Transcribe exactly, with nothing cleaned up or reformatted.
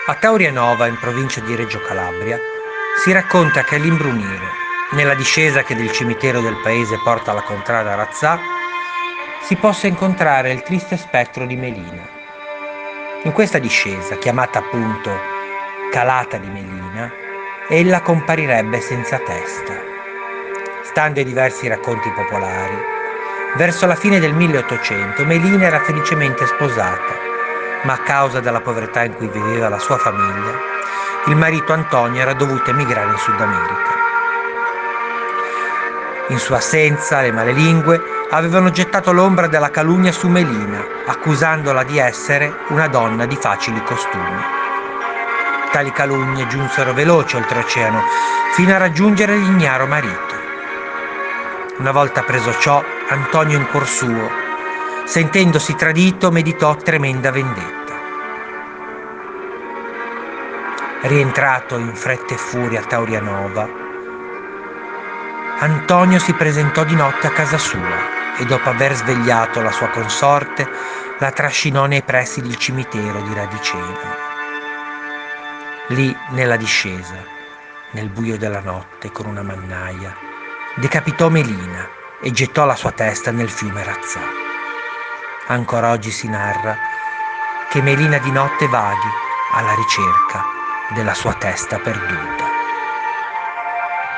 A Taurianova, in provincia di Reggio Calabria, si racconta che all'imbrunire, nella discesa che del cimitero del paese porta alla contrada Razzà, si possa incontrare il triste spettro di Melina. In questa discesa, chiamata appunto Calata di Melina, ella comparirebbe senza testa. Stando ai diversi racconti popolari, verso la fine del milleottocento Melina era felicemente sposata, ma a causa della povertà in cui viveva la sua famiglia, il marito Antonio era dovuto emigrare in Sud America. In sua assenza, le malelingue avevano gettato l'ombra della calunnia su Melina, accusandola di essere una donna di facili costumi. Tali calunnie giunsero veloci oltreoceano, fino a raggiungere l'ignaro marito. Una volta preso ciò, Antonio in cuor suo, sentendosi tradito, meditò tremenda vendetta. Rientrato in fretta e furia a Taurianova, Antonio si presentò di notte a casa sua e dopo aver svegliato la sua consorte la trascinò nei pressi del cimitero di Radiceno. Lì, nella discesa, nel buio della notte, con una mannaia, decapitò Melina e gettò la sua testa nel fiume Razzà. Ancora oggi si narra che Melina di notte vaghi alla ricerca della sua testa perduta.